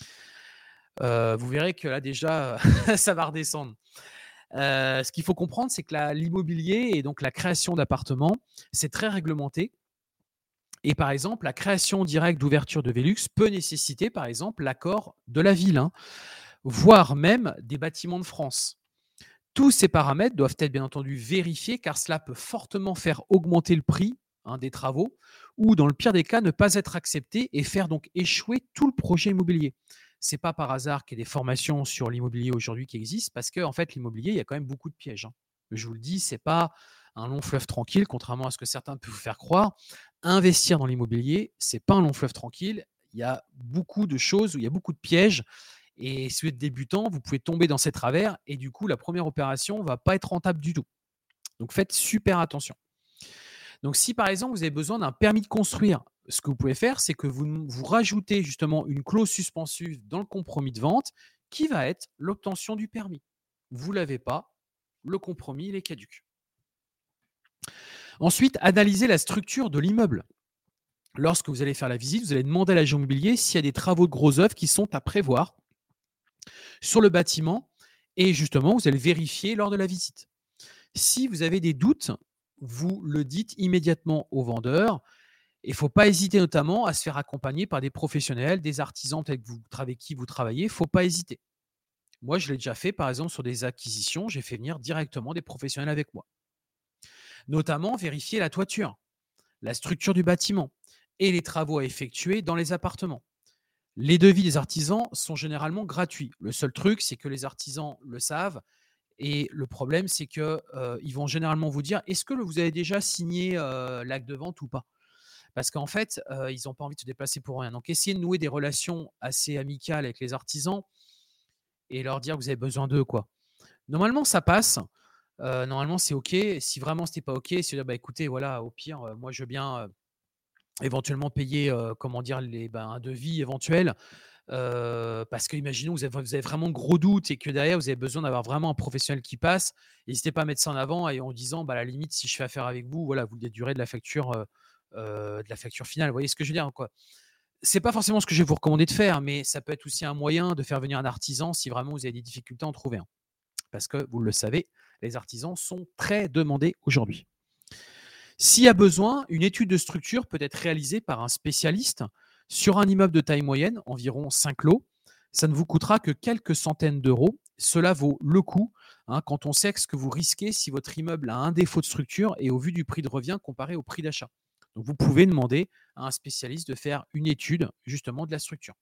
Speaker 1: Vous verrez que là déjà, ça va redescendre. Ce qu'il faut comprendre, c'est que l'immobilier et donc la création d'appartements, c'est très réglementé. Et par exemple, la création directe d'ouverture de Velux peut nécessiter, par exemple, l'accord de la ville, voire même des bâtiments de France. Tous ces paramètres doivent être bien entendu vérifiés car cela peut fortement faire augmenter le prix des travaux ou dans le pire des cas ne pas être accepté et faire donc échouer tout le projet immobilier. C'est pas par hasard qu'il y a des formations sur l'immobilier aujourd'hui qui existent parce qu'en fait l'immobilier, il y a quand même beaucoup de pièges. Je vous le dis, c'est pas un long fleuve tranquille, contrairement à ce que certains peuvent vous faire croire. Investir dans l'immobilier, c'est pas un long fleuve tranquille. Il y a beaucoup de choses où il y a beaucoup de pièges et si vous êtes débutant, vous pouvez tomber dans ces travers et du coup, la première opération ne va pas être rentable du tout. Donc faites super attention. Donc si par exemple, vous avez besoin d'un permis de construire, ce que vous pouvez faire, c'est que vous rajoutez justement une clause suspensive dans le compromis de vente qui va être l'obtention du permis. Vous ne l'avez pas, le compromis, il est caduc. Ensuite, analysez la structure de l'immeuble. Lorsque vous allez faire la visite, vous allez demander à l'agent immobilier s'il y a des travaux de gros œuvres qui sont à prévoir sur le bâtiment et justement, vous allez vérifier lors de la visite. Si vous avez des doutes, vous le dites immédiatement au vendeur. Il ne faut pas hésiter notamment à se faire accompagner par des professionnels, des artisans peut-être que avec qui vous travaillez. Il ne faut pas hésiter. Moi, je l'ai déjà fait, par exemple, sur des acquisitions, j'ai fait venir directement des professionnels avec moi. Notamment, vérifier la toiture, la structure du bâtiment et les travaux à effectuer dans les appartements. Les devis des artisans sont généralement gratuits. Le seul truc, c'est que les artisans le savent et le problème, c'est que, ils vont généralement vous dire: «Est-ce que vous avez déjà signé, l'acte de vente ou pas?» Parce qu'en fait, ils n'ont pas envie de se déplacer pour rien. Donc essayez de nouer des relations assez amicales avec les artisans et leur dire que vous avez besoin d'eux, quoi. Normalement, ça passe. Normalement, c'est OK. Si vraiment c'était pas OK, c'est dire: «Bah, écoutez, voilà, au pire, moi, je veux bien, éventuellement payer, comment dire? Un devis éventuel». Parce qu'imaginons vous avez vraiment de gros doutes et que derrière vous avez besoin d'avoir vraiment un professionnel qui passe, n'hésitez pas à mettre ça en avant et en disant: «Bah, à la limite, si je fais affaire avec vous, voilà, vous déduirez de la facture finale». Vous voyez ce que je veux dire, quoi? C'est pas forcément ce que je vais vous recommander de faire, mais ça peut être aussi un moyen de faire venir un artisan si vraiment vous avez des difficultés à en trouver un. Parce que vous le savez, les artisans sont très demandés aujourd'hui. S'il y a besoin, une étude de structure peut être réalisée par un spécialiste sur un immeuble de taille moyenne, environ 5 lots. Ça ne vous coûtera que quelques centaines d'euros. Cela vaut le coup, hein, quand on sait ce que vous risquez si votre immeuble a un défaut de structure et au vu du prix de revient comparé au prix d'achat. Donc vous pouvez demander à un spécialiste de faire une étude justement de la structure.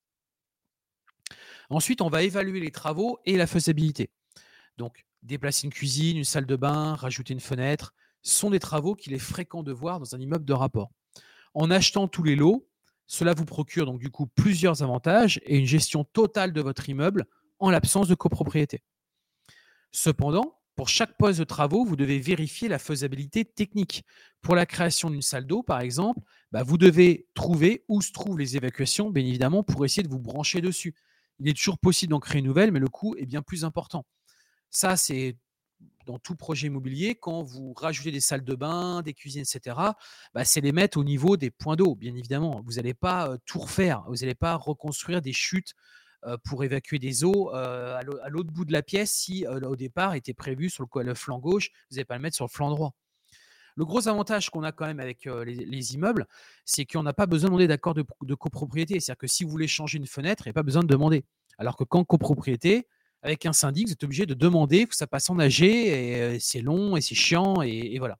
Speaker 1: Ensuite, on va évaluer les travaux et la faisabilité. Donc, déplacer une cuisine, une salle de bain, rajouter une fenêtre, sont des travaux qu'il est fréquent de voir dans un immeuble de rapport. En achetant tous les lots, cela vous procure donc du coup plusieurs avantages et une gestion totale de votre immeuble en l'absence de copropriété. Cependant, pour chaque poste de travaux, vous devez vérifier la faisabilité technique. Pour la création d'une salle d'eau, par exemple, vous devez trouver où se trouvent les évacuations, bien évidemment, pour essayer de vous brancher dessus. Il est toujours possible d'en créer une nouvelle, mais le coût est bien plus important. Ça, c'est dans tout projet immobilier, quand vous rajoutez des salles de bain, des cuisines, et cetera, c'est les mettre au niveau des points d'eau, bien évidemment. Vous n'allez pas, tout refaire. Vous n'allez pas reconstruire des chutes, pour évacuer des eaux, à l'autre bout de la pièce si, au départ, était prévu sur le flanc gauche, vous n'allez pas le mettre sur le flanc droit. Le gros avantage qu'on a quand même avec, les immeubles, c'est qu'on n'a pas besoin de demander d'accord de copropriété. C'est-à-dire que si vous voulez changer une fenêtre, il n'y a pas besoin de demander. Alors que qu'en copropriété, avec un syndic, vous êtes obligé de demander, que ça passe en AG et c'est long et c'est chiant et voilà.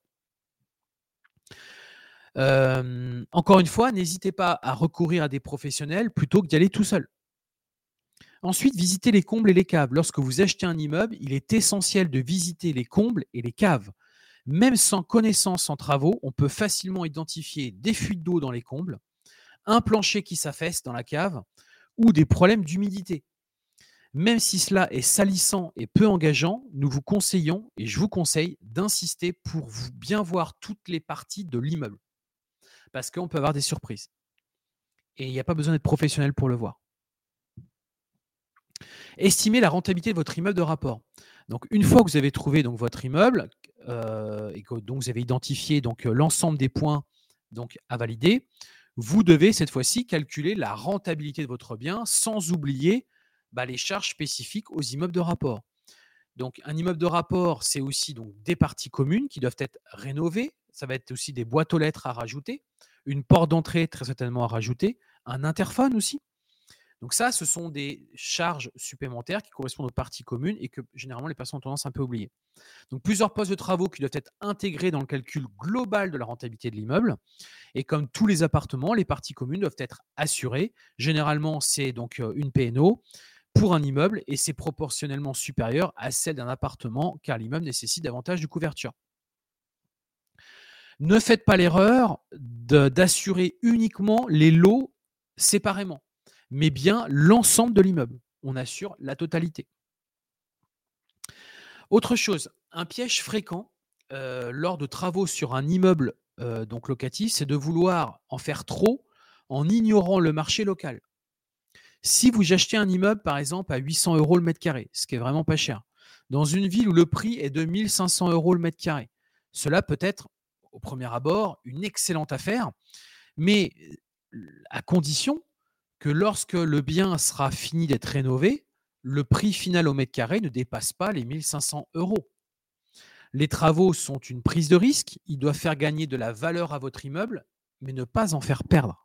Speaker 1: Encore une fois, n'hésitez pas à recourir à des professionnels plutôt que d'y aller tout seul. Ensuite, visitez les combles et les caves. Lorsque vous achetez un immeuble, il est essentiel de visiter les combles et les caves. Même sans connaissance en travaux, on peut facilement identifier des fuites d'eau dans les combles, un plancher qui s'affaisse dans la cave ou des problèmes d'humidité. Même si cela est salissant et peu engageant, nous vous conseillons et je vous conseille d'insister pour bien voir toutes les parties de l'immeuble. Parce qu'on peut avoir des surprises. Et il n'y a pas besoin d'être professionnel pour le voir. Estimez la rentabilité de votre immeuble de rapport. Donc, une fois que vous avez trouvé donc, votre immeuble et que donc, vous avez identifié l'ensemble des points à valider, vous devez cette fois-ci calculer la rentabilité de votre bien sans oublier les charges spécifiques aux immeubles de rapport. Donc, un immeuble de rapport, c'est aussi donc, des parties communes qui doivent être rénovées. Ça va être aussi des boîtes aux lettres à rajouter, une porte d'entrée très certainement à rajouter, un interphone aussi. Donc ça, ce sont des charges supplémentaires qui correspondent aux parties communes et que généralement les personnes ont tendance à un peu à oublier. Donc plusieurs postes de travaux qui doivent être intégrés dans le calcul global de la rentabilité de l'immeuble. Et comme tous les appartements, les parties communes doivent être assurées. Généralement, c'est donc une P&O pour un immeuble et c'est proportionnellement supérieur à celle d'un appartement car l'immeuble nécessite davantage de couverture. Ne faites pas l'erreur d'assurer uniquement les lots séparément, mais bien l'ensemble de l'immeuble. On assure la totalité. Autre chose, un piège fréquent lors de travaux sur un immeuble locatif, c'est de vouloir en faire trop en ignorant le marché local. Si vous achetez un immeuble, par exemple, à 800 € le mètre carré, ce qui est vraiment pas cher, dans une ville où le prix est de 1 500 € le mètre carré, cela peut être, au premier abord, une excellente affaire, mais à condition que lorsque le bien sera fini d'être rénové, le prix final au mètre carré ne dépasse pas les 1 500 €. Les travaux sont une prise de risque, ils doivent faire gagner de la valeur à votre immeuble, mais ne pas en faire perdre.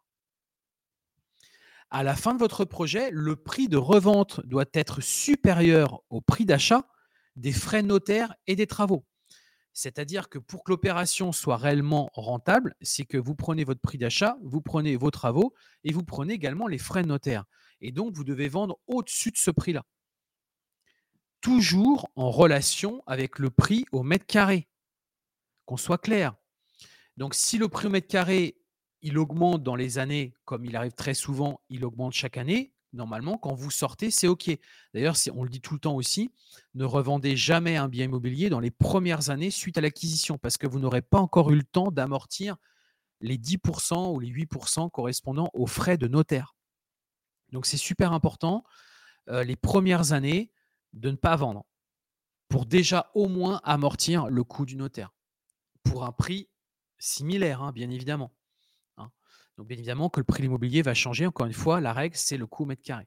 Speaker 1: À la fin de votre projet, le prix de revente doit être supérieur au prix d'achat, des frais notaires et des travaux. C'est-à-dire que pour que l'opération soit réellement rentable, c'est que vous prenez votre prix d'achat, vous prenez vos travaux et vous prenez également les frais notaires. Et donc, vous devez vendre au-dessus de ce prix-là. Toujours en relation avec le prix au mètre carré, qu'on soit clair. Donc, si le prix au mètre carré, il augmente dans les années, comme il arrive très souvent, il augmente chaque année. Normalement, quand vous sortez, c'est OK. D'ailleurs, on le dit tout le temps aussi, ne revendez jamais un bien immobilier dans les premières années suite à l'acquisition, parce que vous n'aurez pas encore eu le temps d'amortir les 10% ou les 8% correspondant aux frais de notaire. Donc, c'est super important, les premières années, de ne pas vendre, pour déjà au moins amortir le coût du notaire, pour un prix similaire, hein, bien évidemment. Hein. Donc, bien évidemment que le prix de l'immobilier va changer. Encore une fois, la règle, c'est le coût au mètre carré.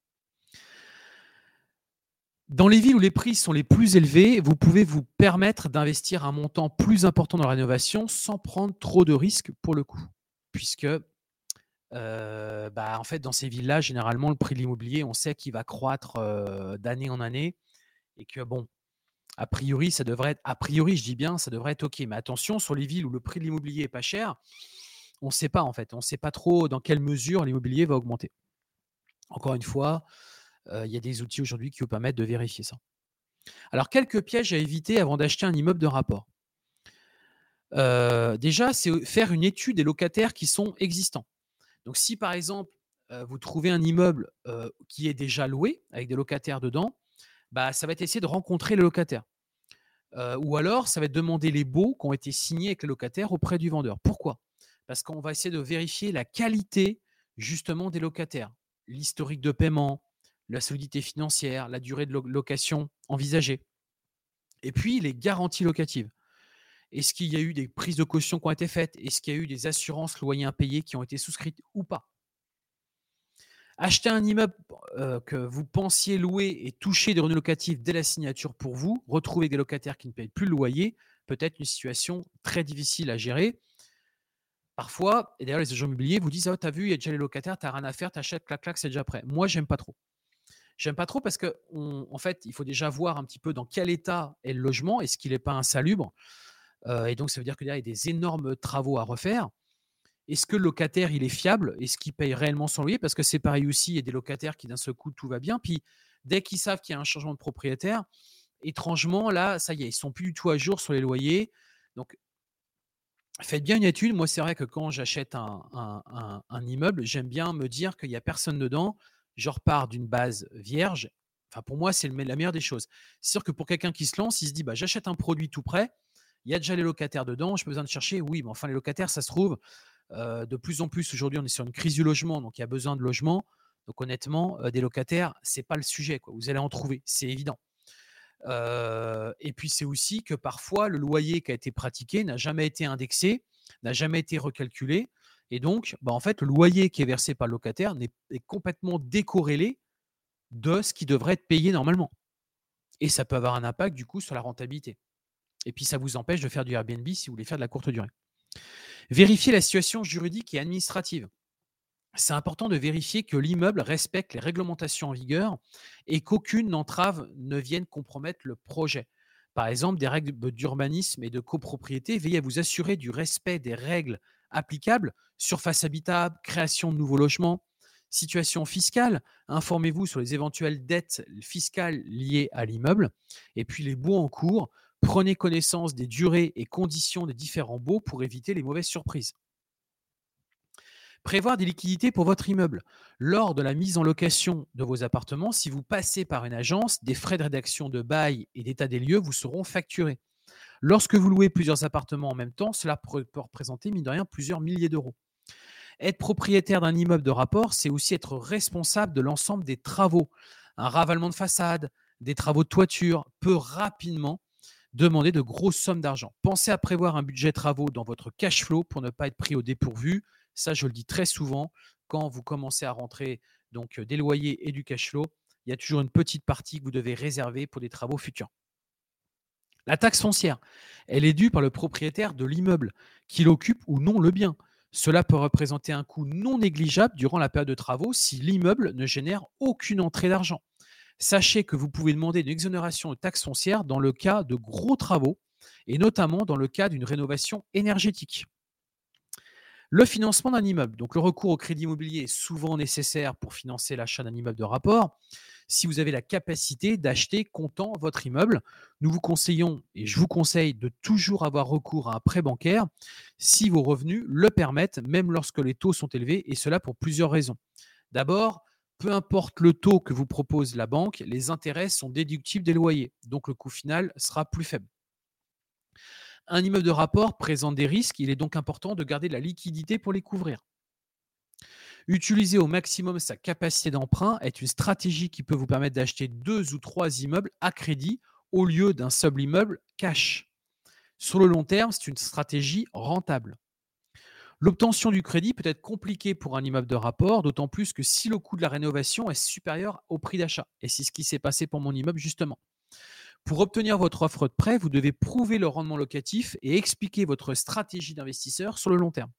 Speaker 1: Dans les villes où les prix sont les plus élevés, vous pouvez vous permettre d'investir un montant plus important dans la rénovation sans prendre trop de risques pour le coup. Puisque, en fait, dans ces villes-là, généralement, le prix de l'immobilier, on sait qu'il va croître d'année en année et que, bon, a priori, ça devrait être, a priori, je dis bien, ça devrait être OK. Mais attention, sur les villes où le prix de l'immobilier est pas cher, on ne sait pas en fait. On ne sait pas trop dans quelle mesure l'immobilier va augmenter. Encore une fois, il y a des outils aujourd'hui qui vous permettent de vérifier ça. Alors, quelques pièges à éviter avant d'acheter un immeuble de rapport. Déjà, c'est faire une étude des locataires qui sont existants. Donc, si par exemple, vous trouvez un immeuble qui est déjà loué, avec des locataires dedans, ça va être essayer de rencontrer les locataires. Ou alors, ça va être demander les baux qui ont été signés avec les locataires auprès du vendeur. Pourquoi? Parce qu'on va essayer de vérifier la qualité justement des locataires, l'historique de paiement, la solidité financière, la durée de location envisagée et puis les garanties locatives. Est-ce qu'il y a eu des prises de caution qui ont été faites? Est-ce qu'il y a eu des assurances loyers impayés qui ont été souscrites ou pas? Acheter un immeuble que vous pensiez louer et toucher des revenus locatifs dès la signature pour vous, retrouver des locataires qui ne payent plus le loyer, peut être une situation très difficile à gérer. Parfois, et d'ailleurs les agents immobiliers vous disent: «Ah, tu as vu, il y a déjà les locataires, tu as rien à faire, tu achètes, clac, clac, c'est déjà prêt». Moi, j'aime pas trop. J'aime pas trop parce qu'en fait, il faut déjà voir un petit peu dans quel état est le logement. Est-ce qu'il n'est pas insalubre? Et donc ça veut dire que derrière, il y a des énormes travaux à refaire. Est-ce que le locataire, il est fiable? Est-ce qu'il paye réellement son loyer? Parce que c'est pareil aussi, il y a des locataires qui d'un seul coup, tout va bien. Puis dès qu'ils savent qu'il y a un changement de propriétaire, étrangement, là, ça y est, ils sont plus du tout à jour sur les loyers. Donc, faites bien une étude. Moi, c'est vrai que quand j'achète un immeuble, j'aime bien me dire qu'il y a personne dedans. Je repars d'une base vierge. Enfin, pour moi, c'est la meilleure des choses. C'est sûr que pour quelqu'un qui se lance, il se dit: «J'achète un produit tout prêt, il y a déjà les locataires dedans, je pas besoin de chercher». Oui, mais enfin les locataires, ça se trouve, de plus en plus aujourd'hui, on est sur une crise du logement, donc il y a besoin de logement. Donc honnêtement, des locataires, c'est pas le sujet, quoi. Vous allez en trouver, c'est évident. Et puis c'est aussi que parfois le loyer qui a été pratiqué n'a jamais été indexé, n'a jamais été recalculé et donc, en fait, le loyer qui est versé par le locataire est complètement décorrélé de ce qui devrait être payé normalement et ça peut avoir un impact du coup sur la rentabilité et puis ça vous empêche de faire du Airbnb si vous voulez faire de la courte durée. Vérifiez la situation juridique et administrative. C'est important de vérifier que l'immeuble respecte les réglementations en vigueur et qu'aucune entrave ne vienne compromettre le projet. Par exemple, des règles d'urbanisme et de copropriété, veillez à vous assurer du respect des règles applicables, surface habitable, création de nouveaux logements, situation fiscale, informez-vous sur les éventuelles dettes fiscales liées à l'immeuble, et puis les baux en cours, prenez connaissance des durées et conditions des différents baux pour éviter les mauvaises surprises. Prévoir des liquidités pour votre immeuble. Lors de la mise en location de vos appartements, si vous passez par une agence, des frais de rédaction de bail et d'état des lieux vous seront facturés. Lorsque vous louez plusieurs appartements en même temps, cela peut représenter, mine de rien, plusieurs milliers d'euros. Être propriétaire d'un immeuble de rapport, c'est aussi être responsable de l'ensemble des travaux. Un ravalement de façade, des travaux de toiture peut rapidement demander de grosses sommes d'argent. Pensez à prévoir un budget travaux dans votre cash flow pour ne pas être pris au dépourvu. Ça, je le dis très souvent, quand vous commencez à rentrer donc des loyers et du cash flow, il y a toujours une petite partie que vous devez réserver pour des travaux futurs. La taxe foncière, elle est due par le propriétaire de l'immeuble, qu'il occupe ou non le bien. Cela peut représenter un coût non négligeable durant la période de travaux si l'immeuble ne génère aucune entrée d'argent. Sachez que vous pouvez demander une exonération de taxe foncière dans le cas de gros travaux et notamment dans le cas d'une rénovation énergétique. Le financement d'un immeuble. Donc, le recours au crédit immobilier est souvent nécessaire pour financer l'achat d'un immeuble de rapport. Si vous avez la capacité d'acheter comptant votre immeuble, nous vous conseillons et je vous conseille de toujours avoir recours à un prêt bancaire si vos revenus le permettent, même lorsque les taux sont élevés, et cela pour plusieurs raisons. D'abord, peu importe le taux que vous propose la banque, les intérêts sont déductibles des loyers, donc le coût final sera plus faible. Un immeuble de rapport présente des risques, il est donc important de garder de la liquidité pour les couvrir. Utiliser au maximum sa capacité d'emprunt est une stratégie qui peut vous permettre d'acheter 2 ou 3 immeubles à crédit au lieu d'un seul immeuble cash. Sur le long terme, c'est une stratégie rentable. L'obtention du crédit peut être compliquée pour un immeuble de rapport, d'autant plus que si le coût de la rénovation est supérieur au prix d'achat. Et c'est ce qui s'est passé pour mon immeuble justement. Pour obtenir votre offre de prêt, vous devez prouver le rendement locatif et expliquer votre stratégie d'investisseur sur le long terme.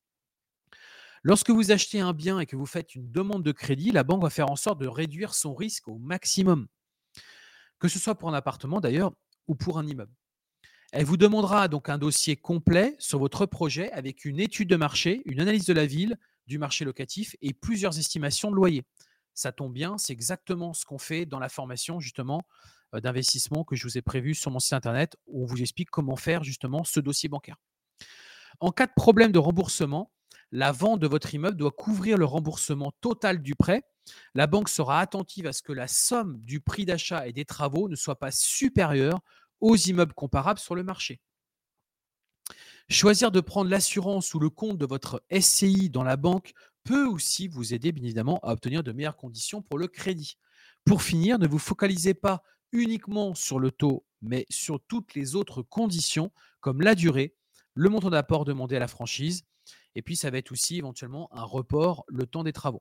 Speaker 1: Lorsque vous achetez un bien et que vous faites une demande de crédit, la banque va faire en sorte de réduire son risque au maximum, que ce soit pour un appartement d'ailleurs ou pour un immeuble. Elle vous demandera donc un dossier complet sur votre projet avec une étude de marché, une analyse de la ville, du marché locatif et plusieurs estimations de loyer. Ça tombe bien, c'est exactement ce qu'on fait dans la formation justement d'investissement que je vous ai prévu sur mon site internet où on vous explique comment faire justement ce dossier bancaire. En cas de problème de remboursement, la vente de votre immeuble doit couvrir le remboursement total du prêt. La banque sera attentive à ce que la somme du prix d'achat et des travaux ne soit pas supérieure aux immeubles comparables sur le marché. Choisir de prendre l'assurance ou le compte de votre SCI dans la banque peut aussi vous aider, bien évidemment, à obtenir de meilleures conditions pour le crédit. Pour finir, ne vous focalisez pas uniquement sur le taux, mais sur toutes les autres conditions, comme la durée, le montant d'apport demandé à la franchise, et puis ça va être aussi éventuellement un report, le temps des travaux.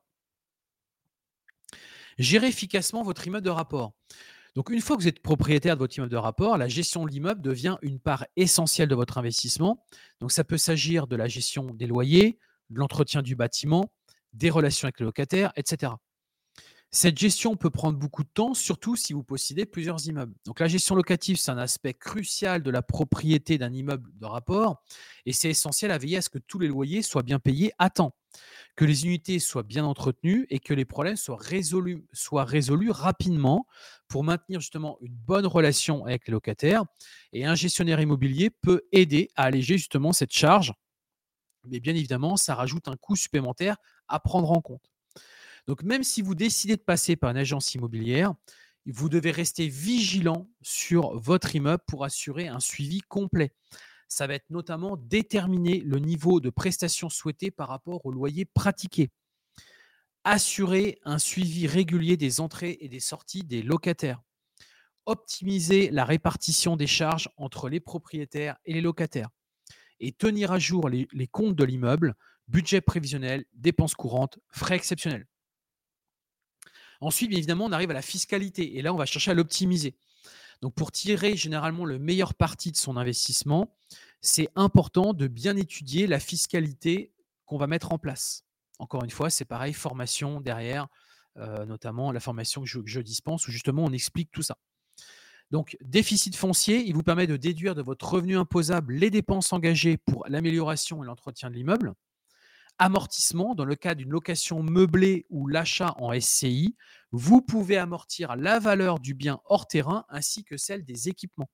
Speaker 1: Gérez efficacement votre immeuble de rapport. Donc, une fois que vous êtes propriétaire de votre immeuble de rapport, la gestion de l'immeuble devient une part essentielle de votre investissement. Donc, ça peut s'agir de la gestion des loyers, de l'entretien du bâtiment, des relations avec les locataires, etc. Cette gestion peut prendre beaucoup de temps, surtout si vous possédez plusieurs immeubles. Donc, la gestion locative, c'est un aspect crucial de la propriété d'un immeuble de rapport et c'est essentiel à veiller à ce que tous les loyers soient bien payés à temps, que les unités soient bien entretenues et que les problèmes soient résolus rapidement pour maintenir justement une bonne relation avec les locataires. Et un gestionnaire immobilier peut aider à alléger justement cette charge, mais bien évidemment, ça rajoute un coût supplémentaire à prendre en compte. Donc même si vous décidez de passer par une agence immobilière, vous devez rester vigilant sur votre immeuble pour assurer un suivi complet. Ça va être notamment déterminer le niveau de prestation souhaité par rapport au loyer pratiqué. Assurer un suivi régulier des entrées et des sorties des locataires. Optimiser la répartition des charges entre les propriétaires et les locataires. Et tenir à jour les comptes de l'immeuble, budget prévisionnel, dépenses courantes, frais exceptionnels. Ensuite, bien évidemment, on arrive à la fiscalité et là, on va chercher à l'optimiser. Donc, pour tirer généralement le meilleur parti de son investissement, c'est important de bien étudier la fiscalité qu'on va mettre en place. Encore une fois, c'est pareil, formation derrière, notamment la formation que je dispense où justement on explique tout ça. Donc, déficit foncier, il vous permet de déduire de votre revenu imposable les dépenses engagées pour l'amélioration et l'entretien de l'immeuble. Amortissement, dans le cas d'une location meublée ou l'achat en SCI, vous pouvez amortir la valeur du bien hors terrain ainsi que celle des équipements.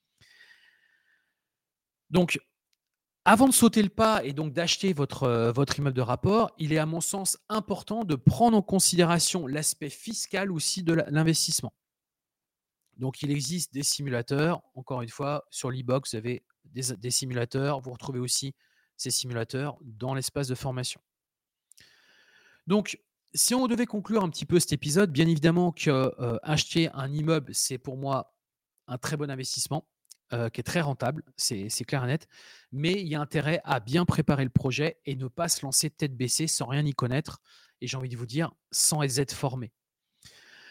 Speaker 1: Donc, avant de sauter le pas et donc d'acheter votre immeuble de rapport, il est à mon sens important de prendre en considération l'aspect fiscal aussi de l'investissement. Donc, il existe des simulateurs. Encore une fois, sur l'e-box, vous avez des simulateurs. Vous retrouvez aussi ces simulateurs dans l'espace de formation. Donc, si on devait conclure un petit peu cet épisode, bien évidemment que acheter un immeuble, c'est pour moi un très bon investissement qui est très rentable, c'est clair et net. Mais il y a intérêt à bien préparer le projet et ne pas se lancer tête baissée sans rien y connaître. Et j'ai envie de vous dire, sans être formé.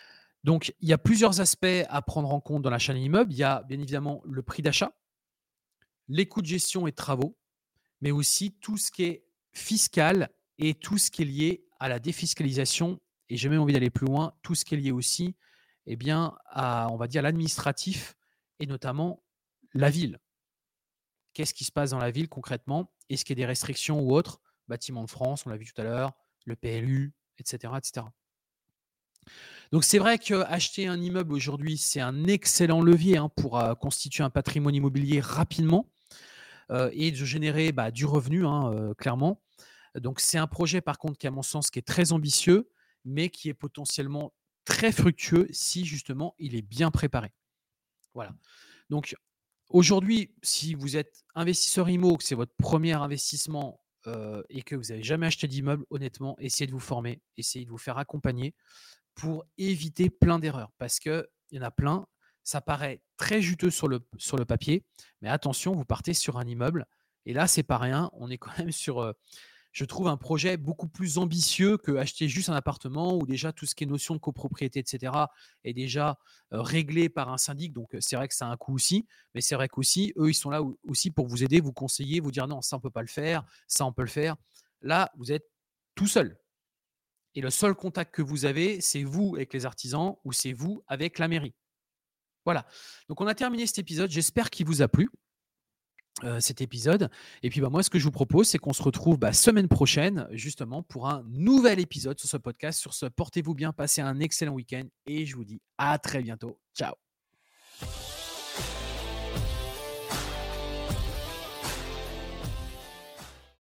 Speaker 1: Donc, il y a plusieurs aspects à prendre en compte dans l'achat d'un immeuble. Il y a bien évidemment le prix d'achat, les coûts de gestion et de travaux, mais aussi tout ce qui est fiscal et tout ce qui est lié à la défiscalisation. Et j'ai même envie d'aller plus loin, tout ce qui est lié aussi, eh bien, à, on va dire, l'administratif et notamment la ville. Qu'est-ce qui se passe dans la ville concrètement? Est-ce qu'il y a des restrictions ou autres? Bâtiments de France, on l'a vu tout à l'heure, le PLU, etc., etc. Donc c'est vrai qu'acheter un immeuble aujourd'hui, c'est un excellent levier pour constituer un patrimoine immobilier rapidement et de générer du revenu, clairement. Donc c'est un projet par contre qui, à mon sens, qui est très ambitieux, mais qui est potentiellement très fructueux si justement il est bien préparé. Voilà. Donc aujourd'hui, si vous êtes investisseur IMO, que c'est votre premier investissement et que vous n'avez jamais acheté d'immeuble, honnêtement, essayez de vous former, essayez de vous faire accompagner pour éviter plein d'erreurs. Parce qu'il y en a plein, ça paraît très juteux sur le papier, mais attention, vous partez sur un immeuble et là, c'est pas rien. On est quand même sur, je trouve, un projet beaucoup plus ambitieux que acheter juste un appartement où déjà tout ce qui est notion de copropriété, etc., est déjà réglé par un syndic. Donc, c'est vrai que ça a un coût aussi, mais c'est vrai qu'aussi, eux, ils sont là aussi pour vous aider, vous conseiller, vous dire non, ça, on peut pas le faire, ça, on peut le faire. Là, vous êtes tout seul. Et le seul contact que vous avez, c'est vous avec les artisans ou c'est vous avec la mairie. Voilà. Donc, on a terminé cet épisode. J'espère qu'il vous a plu. Cet épisode. Et puis moi, ce que je vous propose, c'est qu'on se retrouve semaine prochaine, justement, pour un nouvel épisode sur ce podcast. Sur ce, portez-vous bien, passez un excellent week-end et je vous dis à très bientôt. Ciao.